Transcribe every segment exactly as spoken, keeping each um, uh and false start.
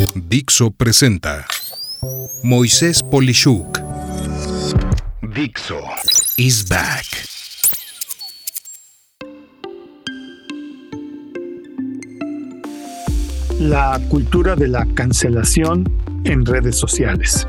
Dixo presenta Moisés Polishuk. Dixo is back. La cultura de la cancelación en redes sociales.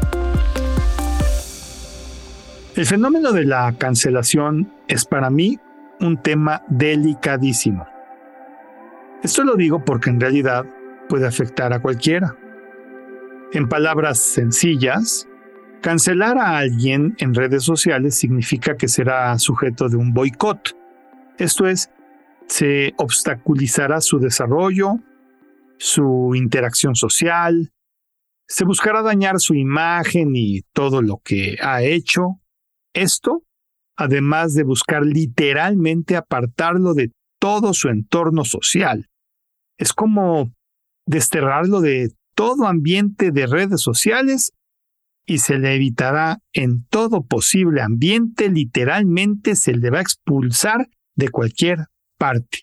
El fenómeno de la cancelación es para mí un tema delicadísimo. Esto lo digo porque en realidad puede afectar a cualquiera. En palabras sencillas, cancelar a alguien en redes sociales significa que será sujeto de un boicot. Esto es, se obstaculizará su desarrollo, su interacción social, se buscará dañar su imagen y todo lo que ha hecho. Esto, además de buscar literalmente apartarlo de todo su entorno social. Es como desterrarlo de todo ambiente de redes sociales y se le evitará en todo posible ambiente, literalmente se le va a expulsar de cualquier parte.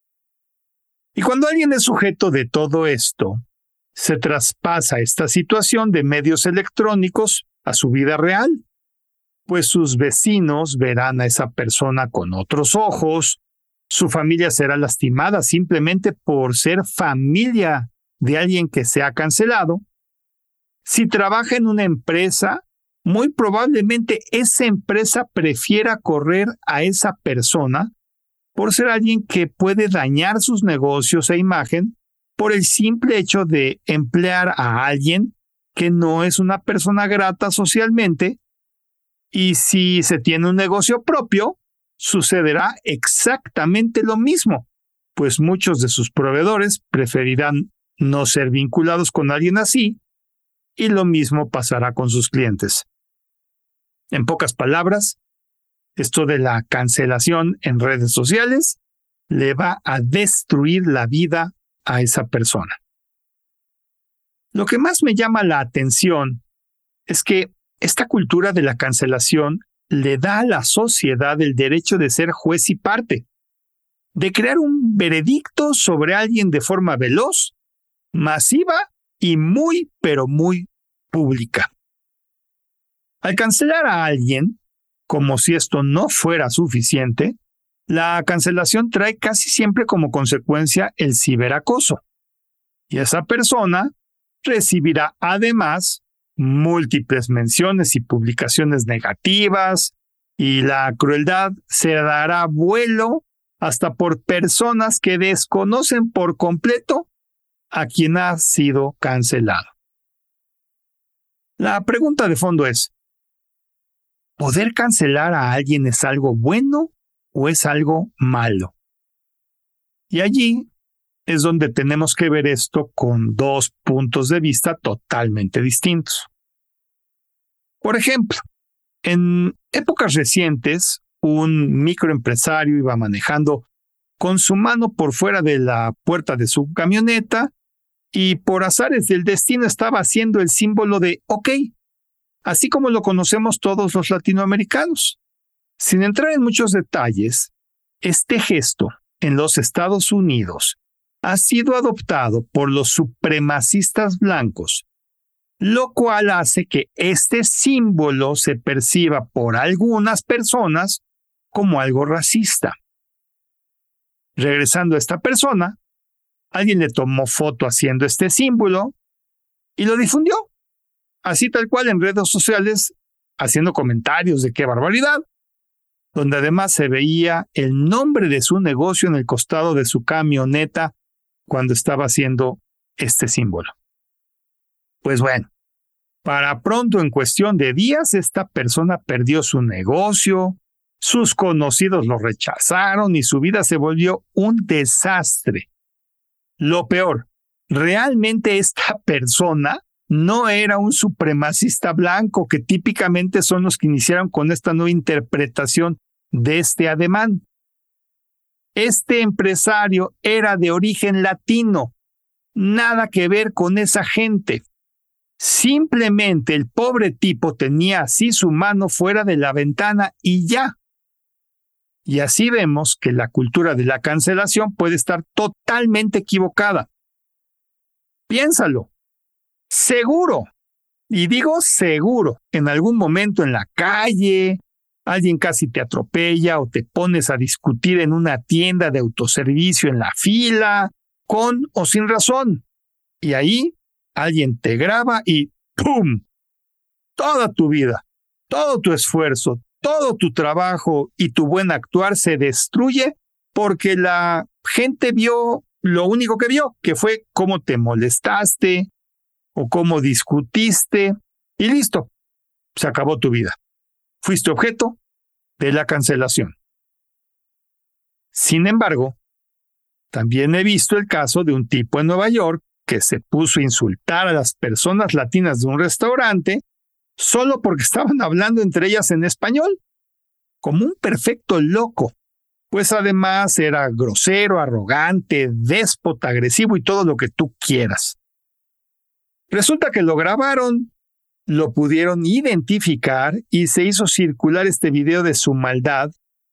Y cuando alguien es sujeto de todo esto, se traspasa esta situación de medios electrónicos a su vida real, pues sus vecinos verán a esa persona con otros ojos, su familia será lastimada simplemente por ser familia de alguien que se ha cancelado. Si trabaja en una empresa, muy probablemente esa empresa prefiera correr a esa persona por ser alguien que puede dañar sus negocios e imagen por el simple hecho de emplear a alguien que no es una persona grata socialmente. Y si se tiene un negocio propio, sucederá exactamente lo mismo, pues muchos de sus proveedores preferirán no ser vinculados con alguien así, y lo mismo pasará con sus clientes. En pocas palabras, esto de la cancelación en redes sociales le va a destruir la vida a esa persona. Lo que más me llama la atención es que esta cultura de la cancelación le da a la sociedad el derecho de ser juez y parte, de crear un veredicto sobre alguien de forma veloz, masiva y muy, pero muy pública. Al cancelar a alguien, como si esto no fuera suficiente, la cancelación trae casi siempre como consecuencia el ciberacoso. Y esa persona recibirá además múltiples menciones y publicaciones negativas, y la crueldad se dará vuelo hasta por personas que desconocen por completo a quien ha sido cancelado. La pregunta de fondo es, ¿poder cancelar a alguien es algo bueno o es algo malo? Y allí es donde tenemos que ver esto con dos puntos de vista totalmente distintos. Por ejemplo, en épocas recientes, un microempresario iba manejando con su mano por fuera de la puerta de su camioneta y por azares del destino estaba haciendo el símbolo de OK, así como lo conocemos todos los latinoamericanos. Sin entrar en muchos detalles, este gesto en los Estados Unidos ha sido adoptado por los supremacistas blancos, lo cual hace que este símbolo se perciba por algunas personas como algo racista. Regresando a esta persona, alguien le tomó foto haciendo este símbolo y lo difundió, así tal cual en redes sociales, haciendo comentarios de qué barbaridad, donde además se veía el nombre de su negocio en el costado de su camioneta cuando estaba haciendo este símbolo. Pues bueno, para pronto, en cuestión de días, esta persona perdió su negocio, sus conocidos lo rechazaron y su vida se volvió un desastre. Lo peor, realmente esta persona no era un supremacista blanco, que típicamente son los que iniciaron con esta nueva interpretación de este ademán. Este empresario era de origen latino, nada que ver con esa gente. Simplemente el pobre tipo tenía así su mano fuera de la ventana y ya. Y así vemos que la cultura de la cancelación puede estar totalmente equivocada. Piénsalo. seguro, y digo seguro, en algún momento en la calle, alguien casi te atropella o te pones a discutir en una tienda de autoservicio en la fila, con o sin razón. Y ahí alguien te graba y ¡pum! Toda tu vida, todo tu esfuerzo, todo tu trabajo y tu buen actuar se destruye porque la gente vio lo único que vio, que fue cómo te molestaste o cómo discutiste y listo, se acabó tu vida. Fuiste objeto de la cancelación. Sin embargo, también he visto el caso de un tipo en Nueva York que se puso a insultar a las personas latinas de un restaurante solo porque estaban hablando entre ellas en español, como un perfecto loco, pues además era grosero, arrogante, déspota, agresivo y todo lo que tú quieras. Resulta que lo grabaron, lo pudieron identificar y se hizo circular este video de su maldad.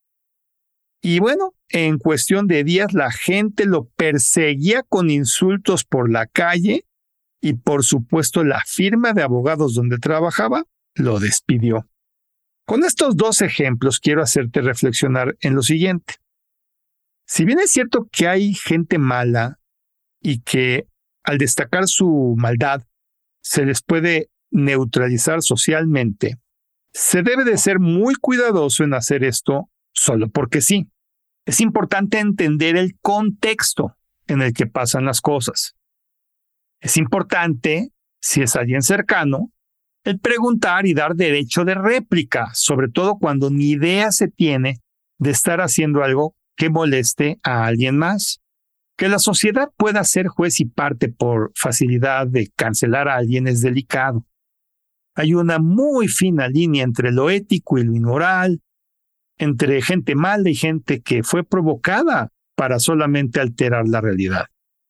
Y bueno, en cuestión de días la gente lo perseguía con insultos por la calle y por supuesto la firma de abogados donde trabajaba lo despidió. Con estos dos ejemplos quiero hacerte reflexionar en lo siguiente. Si bien es cierto que hay gente mala y que al destacar su maldad se les puede neutralizar socialmente, se debe de ser muy cuidadoso en hacer esto solo porque sí. Es importante entender el contexto en el que pasan las cosas. Es importante, si es alguien cercano, el preguntar y dar derecho de réplica, sobre todo cuando ni idea se tiene de estar haciendo algo que moleste a alguien más. Que la sociedad pueda ser juez y parte por facilidad de cancelar a alguien es delicado. Hay una muy fina línea entre lo ético y lo inmoral, entre gente mala y gente que fue provocada para solamente alterar la realidad.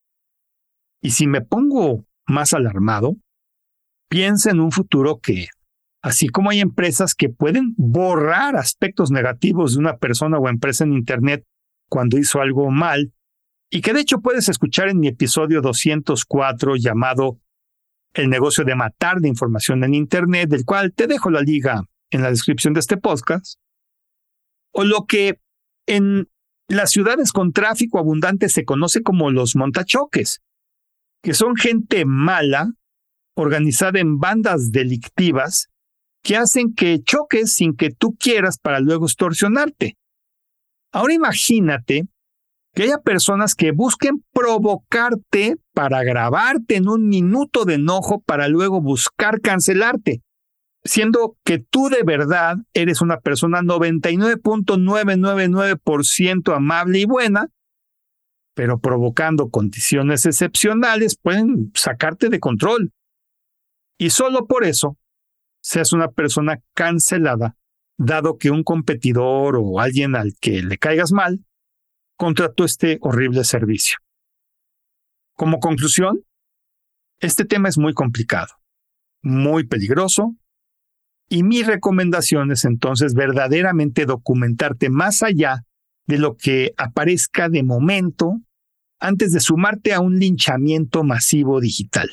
Y si me pongo más alarmado, piensa en un futuro que, así como hay empresas que pueden borrar aspectos negativos de una persona o empresa en Internet cuando hizo algo mal, y que de hecho puedes escuchar en mi episodio doscientos cuatro llamado El negocio de matar de información en Internet, del cual te dejo la liga en la descripción de este podcast, o lo que en las ciudades con tráfico abundante se conoce como los montachoques, que son gente mala, organizada en bandas delictivas, que hacen que choques sin que tú quieras para luego extorsionarte. Ahora imagínate que haya personas que busquen provocarte para grabarte en un minuto de enojo para luego buscar cancelarte, siendo que tú de verdad eres una persona noventa y nueve punto novecientos noventa y nueve por ciento amable y buena, pero provocando condiciones excepcionales pueden sacarte de control. Y solo por eso seas una persona cancelada, dado que un competidor o alguien al que le caigas mal contrató este horrible servicio. Como conclusión, este tema es muy complicado, muy peligroso, y mi recomendación es entonces verdaderamente documentarte más allá de lo que aparezca de momento antes de sumarte a un linchamiento masivo digital.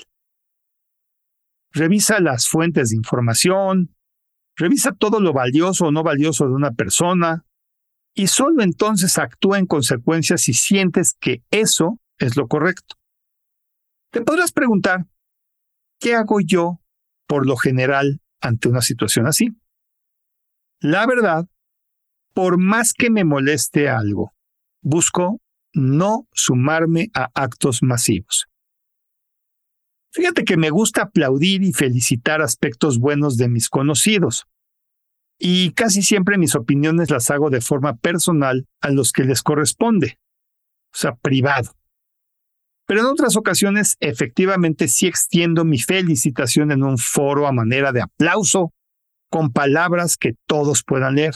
Revisa las fuentes de información, revisa todo lo valioso o no valioso de una persona y solo entonces actúa en consecuencia si sientes que eso es lo correcto. Te podrás preguntar, ¿qué hago yo por lo general ante una situación así? La verdad, por más que me moleste algo, busco no sumarme a actos masivos. Fíjate que me gusta aplaudir y felicitar aspectos buenos de mis conocidos, y casi siempre mis opiniones las hago de forma personal a los que les corresponde, o sea, privado. Pero en otras ocasiones, efectivamente, sí extiendo mi felicitación en un foro a manera de aplauso, con palabras que todos puedan leer.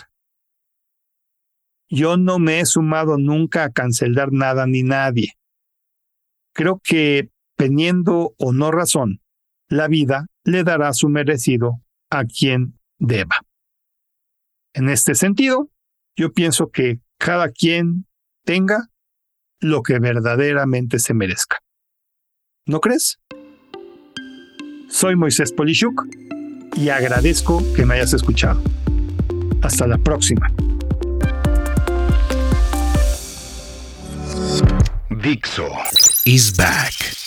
Yo no me he sumado nunca a cancelar nada ni nadie. Creo que, teniendo o no razón, la vida le dará su merecido a quien deba. En este sentido, yo pienso que cada quien tenga lo que verdaderamente se merezca. ¿No crees? Soy Moisés Polishuk y agradezco que me hayas escuchado. Hasta la próxima. Dixo is back.